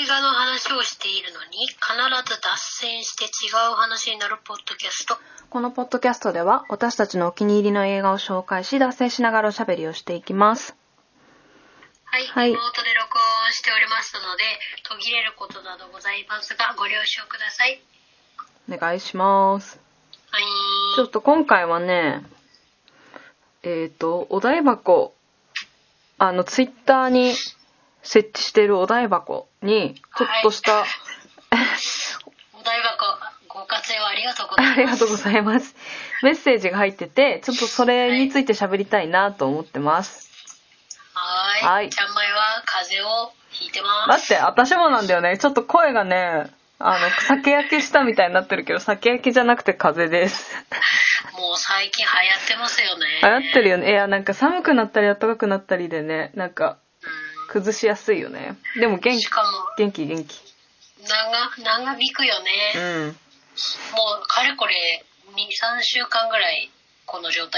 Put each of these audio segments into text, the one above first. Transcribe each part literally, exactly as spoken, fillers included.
映画の話をしているのに必ず脱線して違う話になるポッドキャスト。 このポッドキャストでは私たちのお気に入りの映画を紹介し、脱線しながらおしゃべりをしていきます。 はい、はい、リモートで録音しておりますので途切れることなどございますがご了承ください。 お願いします。 はい。 ちょっと今回はね、えっとお台箱、あのツイッターに設置しているお台箱にちょっとした、はい、 お台箱ご活用ありがとうございます。 ありがとうございます。メッセージが入ってて、ちょっとそれについて喋りたいなと思ってます。 はい。はい。ちゃんまいは風邪をひいてます。 だって私もなんだよね。ちょっと声がね、あの酒焼けしたみたいになってるけど、酒焼けじゃなくて風邪です。 もう最近流行ってますよね。 流行ってるよね。いや、なんか寒くなったり暖かくなったりでね、なんか崩しやすいよね。でも元気。しかも元気元気。 長長引くよね。 うん。 もうかれこれに、さんしゅうかんぐらいこの状態。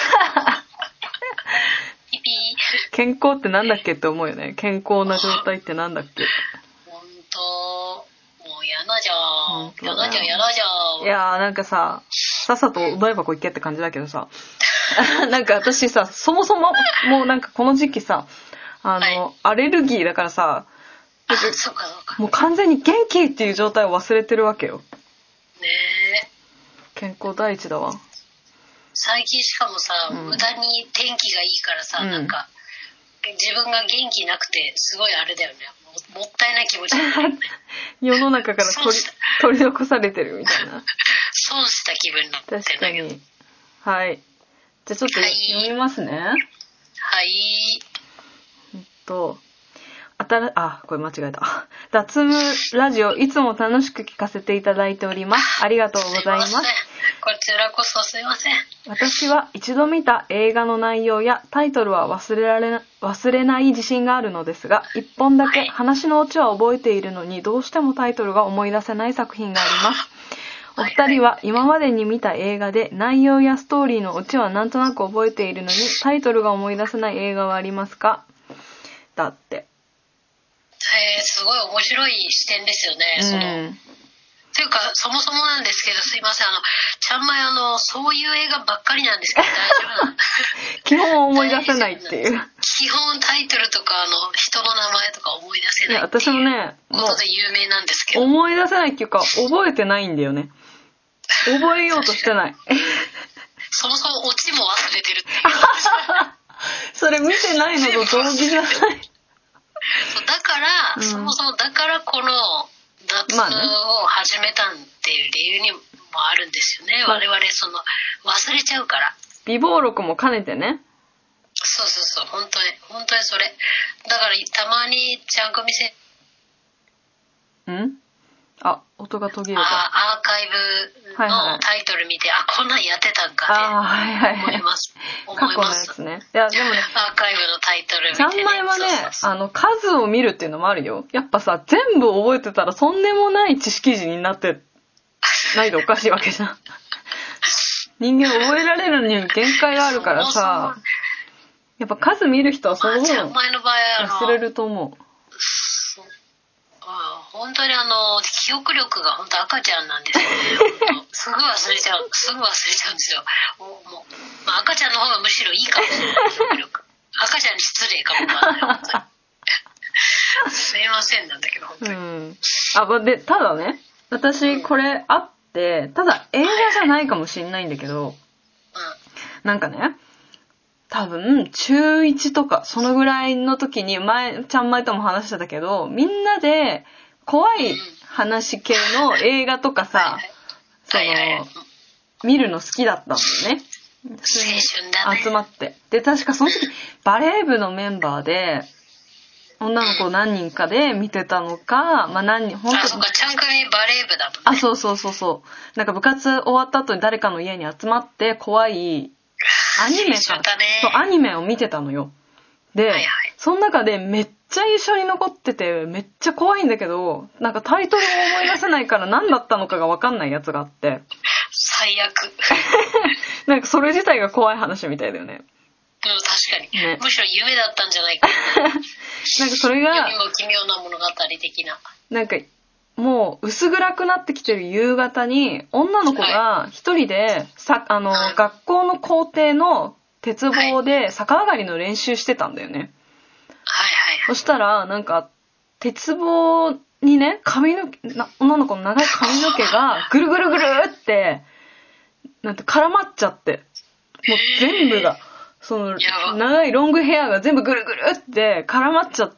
ピピー。 健康ってなんだっけって思うよね。健康な状態ってなんだっけ。 本当もう嫌なじゃん。嫌なじゃん嫌なじゃん。 いやーなんかさ、さっさとお台箱行けって感じだけどさ。なんか私さ、そもそももうなんかこの時期さ、あの、はい、アレルギーだからさ、 あ、そうかそうか。 もう完全に元気っていう状態を忘れてるわけよ。 ねえ。 健康第一だわ。 最近しかもさ、うん、無駄に天気がいいからさ、うん、なんか自分が元気なくてすごいあれだよね。も, もったいない気持ちになるよね。 世の中から取り取り残されてるみたいな。 損した気分になってんだけど。確かに。 はい。じゃあちょっと読みますね。 はい。 えっと。あたら、あ、これ間違えた。脱ムラジオ、いつも楽しく聞かせていただいております。ありがとうございます。すいません。 こちらこそすいません。 私は一度見た映画の内容やタイトルは忘れられな、忘れない自信があるのですが、一本だけ話のオチは覚えているのに、どうしてもタイトルが思い出せない作品があります。お二人は今までに見た映画で内容やストーリーのオチはなんとなく覚えているのに、タイトルが思い出せない映画はありますか？だって。 えー、すごい面白い視点ですよね。うん、そのというかそもそもなんですけどすいません、あのちゃんまいあのそういう映画ばっかりなんですけど大丈夫なの？ 基本思い出せないっていう。 基本タイトルとかあの人の名前とか思い出せないっていう私もねことで有名なんですけど。 思い出せないっていうか覚えてないんだよね。覚えようとしてない。 そもそもオチも忘れてるっていう。 それ見てないのと同義じゃない。 そうだから、うん、そもそもだからこの脱を始めたっていう理由にもあるんですよね、まあ、我々その忘れちゃうから。 備忘録も兼ねてね。 そうそうそう、本当に本当にそれだからたまにちゃんこ店んあ、音が途切れた。 あアーカイブのタイトル見て、はいはい、あ、こんなんやってたんかってあ、はいはい、 思います。思います。 過去のやつね。いやでもね、 アーカイブのタイトル見て、ね。 ちゃんまいはね、そうそうそう、あの数を見るっていうのもあるよ。やっぱさ、全部覚えてたらとんでもない知識人になってないとおかしいわけじゃん。人間覚えられるのに限界があるからさ、やっぱ数見る人はその分忘れると思う。 本当にあの記憶力が本当赤ちゃんなんですよね。すぐ忘れちゃうすぐ忘れちゃうんですよ。もう、まあ、赤ちゃんの方がむしろいいかもしれない記憶力。赤ちゃんに失礼かもわかんない。すいませんなんだけど本当に。うん、 あでただね、私これあって、ただ映画じゃないかもしれないんだけど、うん、なんかね。多分中いちとかそのぐらいの時に前ちゃんまいとも話してたけど、みんなで怖い話系の映画とかさ、その見るの好きだったんだよね。 青春だね。 集まって、で確かその時バレー部のメンバーで女の子何人かで見てたのか、まあ何人本当に。 あ、そうか、ちゃんくみバレー部だもんね。 あ、そうそうそうそう。なんか部活終わった後に誰かの家に集まって怖いアニメか、そうアニメを見てたのよ。で、はいはい、その中でめっちゃ印象に残っててめっちゃ怖いんだけど、なんかタイトルを思い出せないから何だったのかが分かんないやつがあって。 最悪。 なんかそれ自体が怖い話みたいだよね。 確かに、 ね、 むしろ夢だったんじゃないかなんかそれが世にも奇妙な物語的な、 なんかもう薄暗くなってきてる夕方に女の子が一人でさあの、 はい、 学校の校庭の鉄棒で逆上がりの練習してたんだよね。はいはいはい。 そしたらなんか鉄棒にね髪の毛な女の子の長い髪の毛がぐるぐるぐるってなんて絡まっちゃってもう全部がその長いロングヘアが全部ぐるぐるって絡まっちゃって、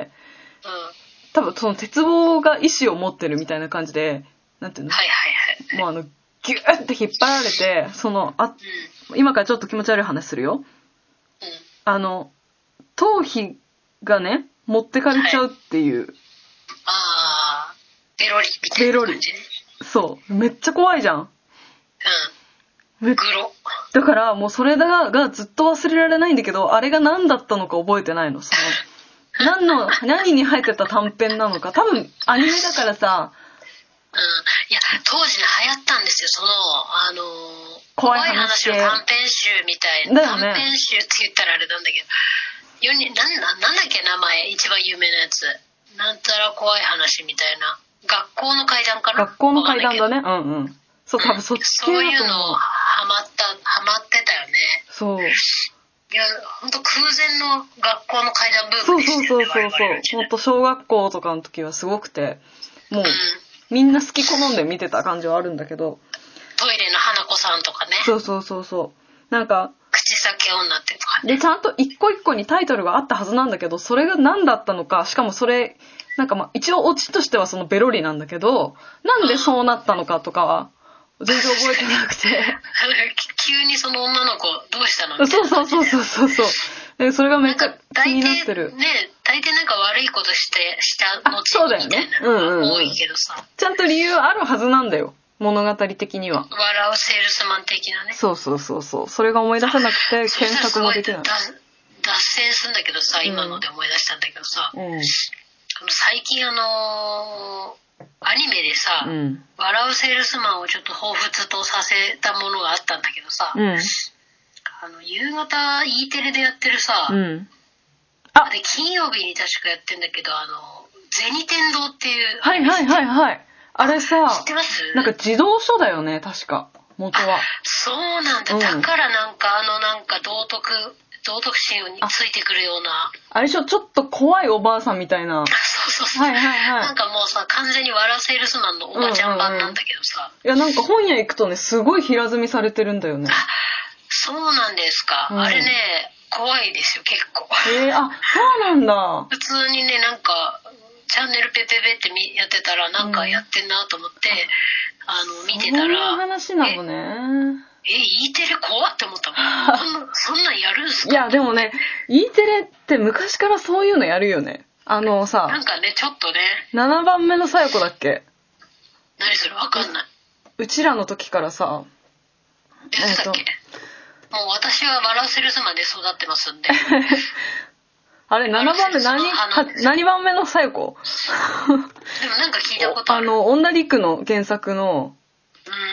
うん、多分その鉄棒が意志を持ってるみたいな感じでなんていうの、はいはいはい、もうあのギューって引っ張られてそのあ、うん、今からちょっと気持ち悪い話するよ、うん、あの頭皮がね持ってかれちゃうっていう、はい、 ああベロリみたいな感じね。 そうめっちゃ怖いじゃん。うんグロだからもうそれががずっと忘れられないんだけどあれが何だったのか覚えてないの。その何の何に入ってた短編なのか多分アニメだからさ、 うん、いや当時流行ったんですよそのあのー、怖い話の短編集みたいな、ね、短編集って言ったらあれなんだけど世になんなんだっけ名前一番有名なやつなんたら怖い話みたいな学校の怪談かな。 学校の怪談だね。うんうんそう多分そっち系だと思う。 そういうのハマったハマってたよね。 そういや本当空前の学校の怪談ブームでしたよね。 そうそうそうそう本当小学校とかの時はすごくてもう、うん、みんな好き好んで見てた感じはあるんだけどトイレの花子さんとかね。 そうそうそうそうなんか口裂け女ってとかね。 でちゃんと一個一個にタイトルがあったはずなんだけどそれが何だったのかしかもそれなんかまあ一応オチとしてはそのベロリなんだけどなんでそうなったのかとかは全然覚えてなくて急にその女の子どうしたのみたいなそうそうそうそうそうでそれがめっちゃ気になってる。 ね大抵なんか悪いことしてした後にみたいなのが多いけどさ、 うんうんうん、ちゃんと理由あるはずなんだよ物語的には。 笑うセールスマン的なね。 そうそうそうそうそれが思い出せなくて検索もできない。 脱線するんだけどさ今ので思い出したんだけどさ、うん、最近あのーアニメでさ、うん、笑うセールスマンをちょっと彷彿とさせたものがあったんだけどさ、うん、あの夕方 E テレでやってるさ、うん、あで金曜日に確かやってんだけどあの銭天堂っていうはいはいはいはいあれさ知ってます？ なんか児童書だよね確か元は。 そうなんだ、うん、だからなんかあのなんか道徳道徳心についてくるようなあ, あれでしょちょっと怖いおばあさんみたいなそうそうそう、はいはいはい、なんかもうさ完全に笑うセールスマンのおばちゃん版なんだけどさ、 うんうんうん、いやなんか本屋行くとねすごい平積みされてるんだよね。 あそうなんですか、うん、あれね怖いですよ結構。 えー、あそうなんだ。 普通にねなんかチャンネルペペペってやってたらなんかやってんなと思って、うん、あの見てたらそういう話なのね。 え、E テレ怖って思ったもん。そんな、そんなんやるんすか？ いや、でもね、E テレって昔からそういうのやるよね。あのさ、 なんかね、ちょっとね。 ななばんめのさよこだっけ？ 何それわかんない。 うちらの時からさ、 やってたっけ？もう私は笑うセールスマンで育ってますんで。 あれ、ななばんめ何、何番目のさよこ？ でもなんか聞いたことある。 あの、女陸の原作の、うーん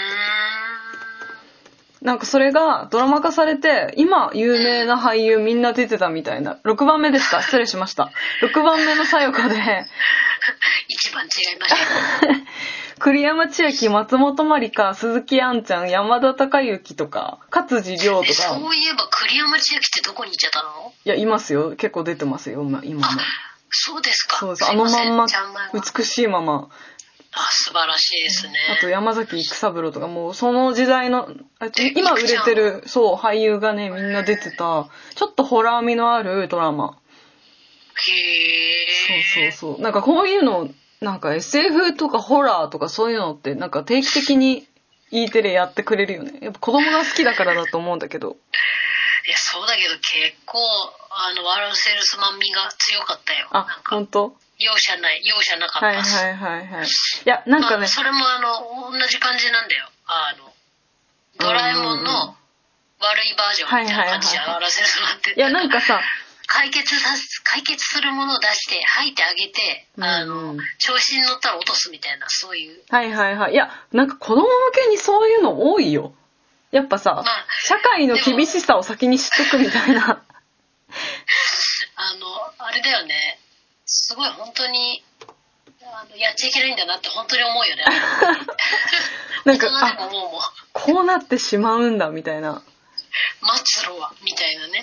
なんかそれがドラマ化されて今有名な俳優みんな出てたみたいな。ろくばんめでした失礼しました。ろくばんめのさよこで一番違いました栗山千明、松本まりか、鈴木杏ちゃん、山田孝之とか勝地涼とか。 そういえば栗山千明ってどこに行っちゃったの？ いやいますよ結構出てますよ今も。 そうですか。 そうですあのまんま美しいまま。 あ素晴らしいですね。 あと山崎育三郎とかもうその時代の今売れてるそう俳優がねみんな出てたちょっとホラー味のあるドラマ。 へーそうそうそうなんかこういうのなんか エスエフ とかホラーとかそういうのってなんか定期的に E テレやってくれるよね。やっぱ子供が好きだからだと思うんだけど。 いやそうだけど結構あの笑うセールスマン味が強かったよ。 あ本当？ 容赦ない容赦なかったっす。 はいはいはいはい。いやなんかね、まあ、 それもあの同じ感じなんだよ。あのドラえもんの悪いバージョンみたいな感じで笑わせるのって。 いやなんかさ解決さ解決するものを出して吐いてあげて、うん、あの調子に乗ったら落とすみたいなそういう。 はいはいはい。いやなんか子供向けにそういうの多いよ。 やっぱさ、まあ、社会の厳しさを先に知っとくみたいなあのあれだよね、すごい本当にあのやっちゃいけないんだなって本当に思うよねなんかあこうなってしまうんだみたいな、 末路はみたいなね。 うん。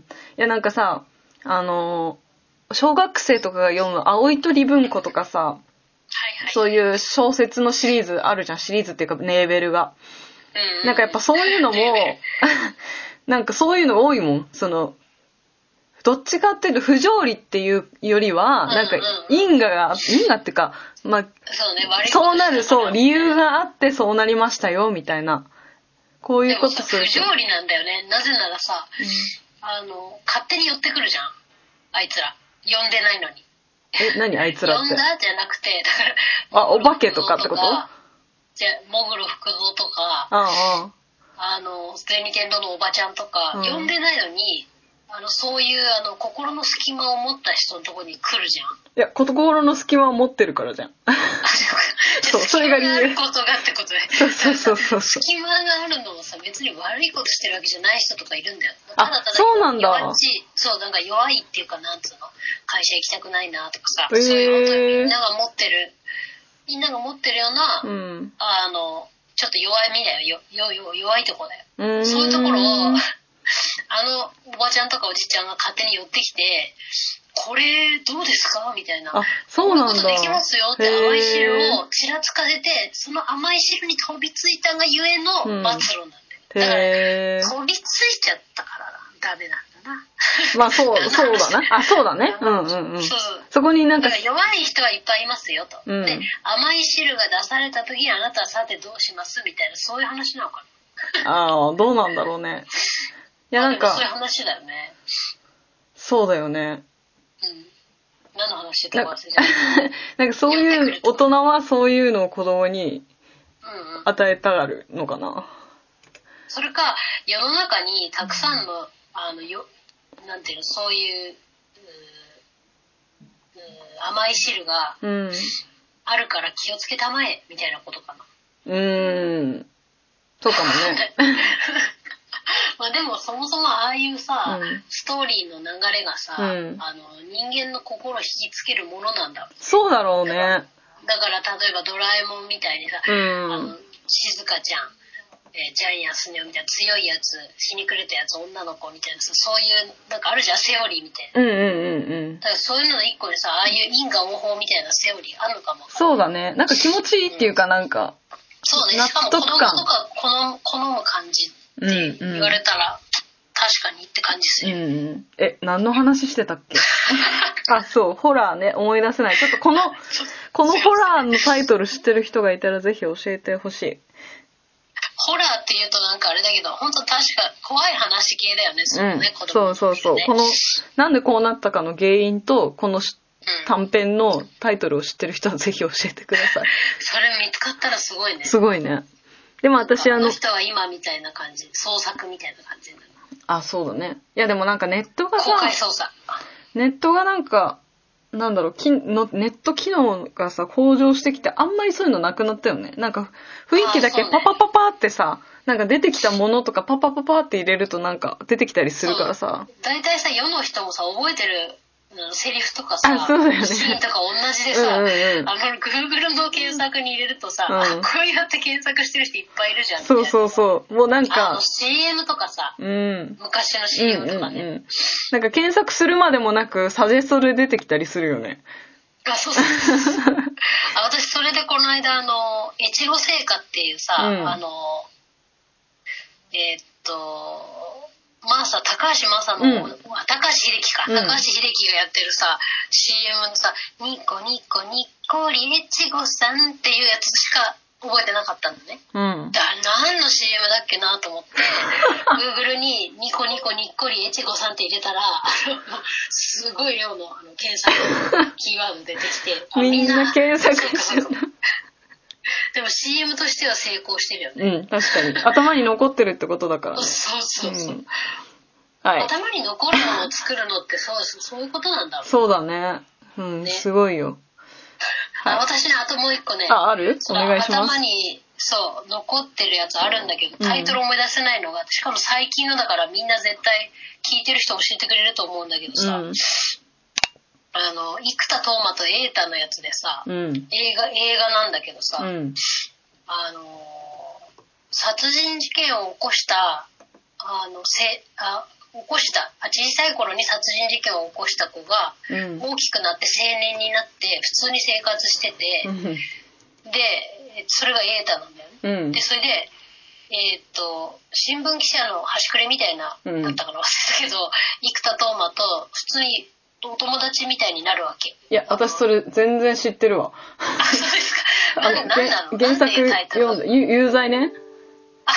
いやなんかさ、あの小学生とかが読む青い鳥文庫とかさ、はいはい、そういう小説のシリーズあるじゃん。シリーズっていうかネーベルが、うんうん、なんかやっぱそういうのもなんかそういうの多いもん。そのどっちかっていうと不条理っていうよりは、なんか因果が、因果っていうか、まあ、 そうね、悪いそうなる、そう、理由があってそうなりましたよ、みたいな。こういうことすると。 でもさ、不条理なんだよね。なぜならさ、うん、あの、勝手に寄ってくるじゃん。あいつら。呼んでないのに。 え、何あいつらって。 呼んだじゃなくて、だから、 あ、お化けとかってこと？ じゃもぐろ福蔵とか、 あああの、銭天堂のおばちゃんとか、うん、呼んでないのに、あのそういうあの心の隙間を持った人のところに来るじゃん。 いや、心の隙間を持ってるからじゃん。 そう、それが理由。隙間があることがってことで。 そうそうそうそう。 隙間があるのもさ、別に悪いことしてるわけじゃない人とかいるんだよ。 ただただそうなんだ。 弱ち、そう、なんか弱いっていうか、なんつうの、会社行きたくないなとかさ、えー、そういう本当にみんなが持ってる、みんなが持ってるような、うん、あの、ちょっと弱いみだよ。よ、よ、弱いとこだよ。そういうところを、あのおばちゃんとかおじちゃんが勝手に寄ってきて、これどうですかみたいな。 あ、そうなんだ。 こういうことできますよって甘い汁をちらつかせて、その甘い汁に飛びついたがゆえの末路なんだよ。うん、だから飛びついちゃったからダメなんだな。 まあそう、そうだな。あ、そうだね。うんうんうん。そうそう。そこになんか、 だから弱い人はいっぱいいますよと。うん、で、甘い汁が出された時にあなたはさてどうしますみたいな、そういう話なのかな。ああ、どうなんだろうね。 いやなんか、そういう話だよね。 そうだよね。 うん。何の話してたか忘れちゃった。 なんかそういう大人はそういうのを子供に与えたがるのかな。うんうん、 それか世の中にたくさんの、うん、あのよなんていうのそういう、うう甘い汁があるから気をつけたまえみたいなことかな。 うーん。そうかもね。 まあでもそもそもああいうさ、うん、ストーリーの流れがさ、うん、あの人間の心を引きつけるものなんだ。 そうだろうね。 だから例えばドラえもんみたいにさ、うん、あの静香ちゃん、えー、ジャイアンスネ夫みたいな強いやつ、ひにくれたやつ、女の子みたいなさ、そういうなんかあるじゃん、セオリーみたいな。 うんうんうんうん。 だからそういうのの一個でさ、ああいう因果応報みたいなセオリーあるのかも。 そうだね。なんか気持ちいいっていうかなんか、うん、 そうね。しかも子供とか好む好む感じ。って言われたら、うんうん、確かにって感じする、 うんうん、え何の話してたっけあそうホラーね思い出せない。ちょっとこのこのホラーのタイトル知ってる人がいたらぜひ教えてほしい。 ホラーっていうとなんかあれだけど本当確か怖い話系だよね。そうね、 うん、子供の、ね、そうそうそうこのなんでこうなったかの原因とこの短編のタイトルを知ってる人はぜひ教えてください。 それ見つかったらすごいね。 すごいね。でも私あの。 あの人は今みたいな感じ、創作みたいな感じになる。 あ、そうだね。いやでもなんかネットがさ、 公開捜査。 ネットがなんかなんだろうきのネット機能がさ向上してきてあんまりそういうのなくなったよね。なんか雰囲気だけパパパパってさ、ね、なんか出てきたものとかパパパパって入れるとなんか出てきたりするからさ。 大体さ世の人もさ覚えてる。セリフとかさ、 あ、そうだよね、 シーンとか同じでさ、うんうんうん、あの Google の検索に入れるとさ、うん、あこうやって検索してる人いっぱいいるじゃんみたいな。 そうそうそう。もうなんかあの シーエム とかさ、うん、昔の シーエム とかね、うんうんうん。 なんか検索するまでもなくサジェストで出てきたりするよね。 あ、そうそうそう。あ、私それでこの間あの越後製菓っていうさ、うん、あのえー、っと。マーサ、高橋マサの、うん、高橋秀樹か、うん、高橋秀樹がやってるさ シーエム のさニコニコニッコリ越後さんっていうやつしか覚えてなかったんだね、うん、だ何の シーエム だっけなと思ってGoogle にニコニコニッコリ越後さんって入れたらすごい量のあの検索キーワード出てきてみんな検索してるでも シーエム としては成功してるよね。 うん、確かに。頭に残ってるってことだからね。 そうそうそう。うん、はい。頭に残るものを作るのってそうそういうことなんだろう。 そうだね。うん、ね、すごいよ。 はい、あ、私ね、あともう一個ね。 あ、ある？お願いします。 頭にそう残ってるやつあるんだけどタイトル思い出せないのが、うん、しかも最近のだからみんな絶対聞いてる人教えてくれると思うんだけどさ、うん、あの生田斗真と瑛太のやつでさ、うん、映画映画なんだけどさ、うん、あの殺人事件を起こしたあのせあ起こしたあ小さい頃に殺人事件を起こした子が、うん、大きくなって青年になって普通に生活してて、うん、でそれが瑛太なんだよね、うん、でそれでえー、っと新聞記者の端くれみたいな、うん、だったかな忘れたけど生田斗真と普通にお友達みたいになるわけ。 いや私それ全然知ってるわ。 あそうですか。なんでなんなの？ 原作読んだ有罪ね。 あ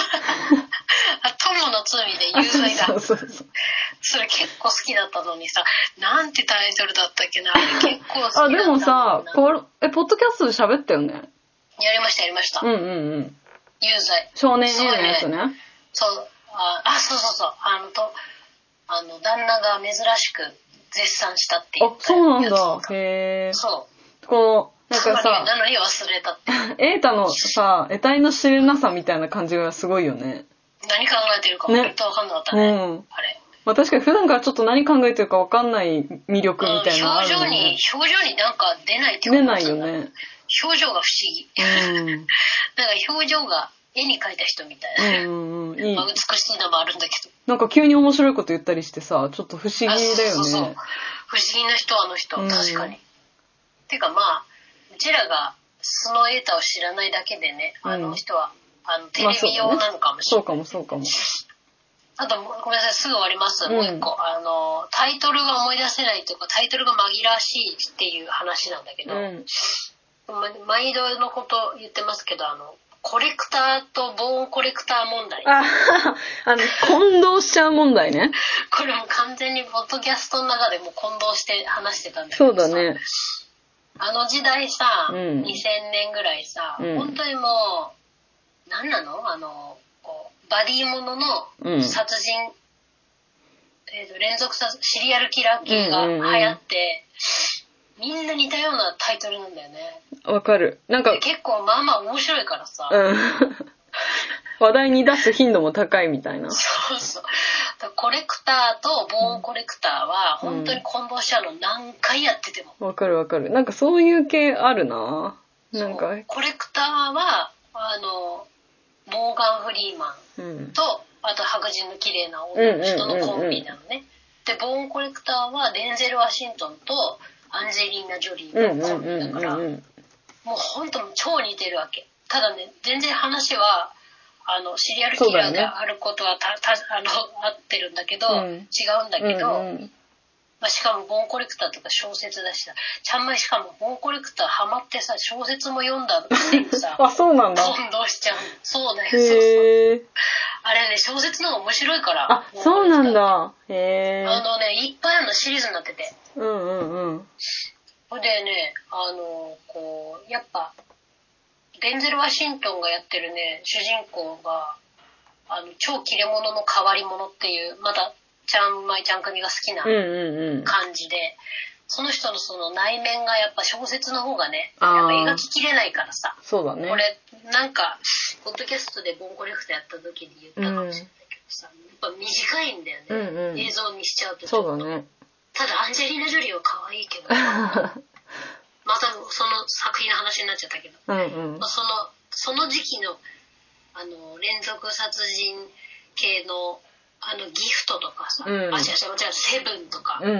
友の罪で有罪だ。 そうそうそう。 それ結構好きだったのにさ、なんてタイトルだったっけな。あれ結構好きだったのにな。 あでもさこれえポッドキャストで喋ったよね。 やりましたやりました。 うんうんうん。 有罪。 少年 A のやつね。 そうああそうそうそうあのとあの旦那が珍しく絶賛したっていう。 あそうなんだ。へえ。 そう。 このなんかさなのに忘れたって。 瑛太のさ得体の知れなさみたいな感じがすごいよね。 何考えてるか本当分かんなかったね。ねうん、あれ。 まあ確かに普段からちょっと何考えてるか分かんない魅力みたいなのあるよね、 うん、表情に表情になんか出ないってこと出ないよね。 表情が不思議。うん、なんか表情が絵に描いた人みたいな。うんうんいいまあ、美しいのもあるんだけど。 なんか急に面白いこと言ったりしてさ、ちょっと不思議だよね。そうそうそう不思議な人あの人、うん、確かに。てかまあうちらが素の瑛太を知らないだけでね、あの人は、うん、あのテレビ用なのかもしれない。 そうかもそうかも。 あとごめんなさいすぐ終わります、うん、もう一個あのタイトルが思い出せないというかタイトルが紛らわしいっていう話なんだけど、うん、毎度のこと言ってますけどあのコレクターとボーンコレクター問題ああの混同しちゃう問題ねこれも完全にポッドキャストの中でも混同して話してたんだけどそうだねあの時代さ、うん、にせんねんぐらいさ、うん、本当にもう何なのあのこうバディものの殺人、うんえー、と連続殺シリアルキラー系が流行って、うんうんうん、みんな似たようなタイトルなんだよね。 わかるなんか結構まあまあ面白いからさ、 うん、話題に出す頻度も高いみたいなそうそうコレクターとボーンコレクターは本当に混同しちゃうの何回やっててもわ、うん、かるわかるなんかそういう系あるななんかコレクターはあのモーガン・フリーマンと、うん、あと白人の綺麗な女の人のコンビなのね、うんうんうんうん、でボーンコレクターはデンゼル・ワシントンとアンジェリーナ・ジョリーのコンビだから、うんうんうんうん、もう本当に超似てるわけ。ただね全然話はあのシリアルキラーであることはた、たあの合ってるんだけど、うん、違うんだけど、うんうんまあ、しかもボーンコレクターとか小説だしさちゃんまいしかもボーンコレクターハマってさ小説も読んだくせにさあそうなんだ混同しちゃうそうだよそうそうあれね小説の方が面白いからあそうなんだへあのねいっぱいあるのシリーズになっててうんうんうんでねあのこうやっぱデンゼル・ワシントンがやってるね主人公があの超切れ者の変わり者っていうまだちゃんまいちゃん組が好きな感じで、うんうんうん、その人のその内面がやっぱ小説の方がねやっぱ描ききれないからさそうだねこれなんかポッドキャストでボンコレクターやった時に言ったかもしれないけどさ、うん、やっぱ短いんだよね、うんうん、映像にしちゃうとちょっとそうだねただアンジェリーナ・ジョリーは可愛いけどまたその作品の話になっちゃったけど、うんうん、そのその時期のあの連続殺人系のあのギフトとかさ、うん、あ違う違う違うセブンとか、うんうん、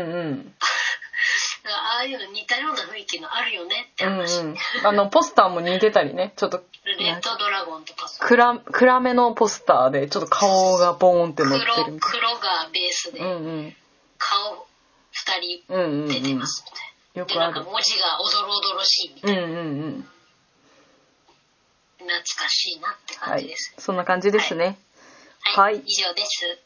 ああいうの似たような雰囲気のあるよねって話、うんうん、 あのポスターも似てたりねちょっとレッドドラゴンとかさ暗, 暗めのポスターでちょっと顔がボーンって乗ってるみたいな黒, 黒がベースで、うんうん、顔ふたり出てますみたいな、うんうんうん、よくあるでなんか文字がおどろおどろしいみたいな、うんうんうん懐かしいなって感じです、 はい、そんな感じですねはい、はい、 以上です。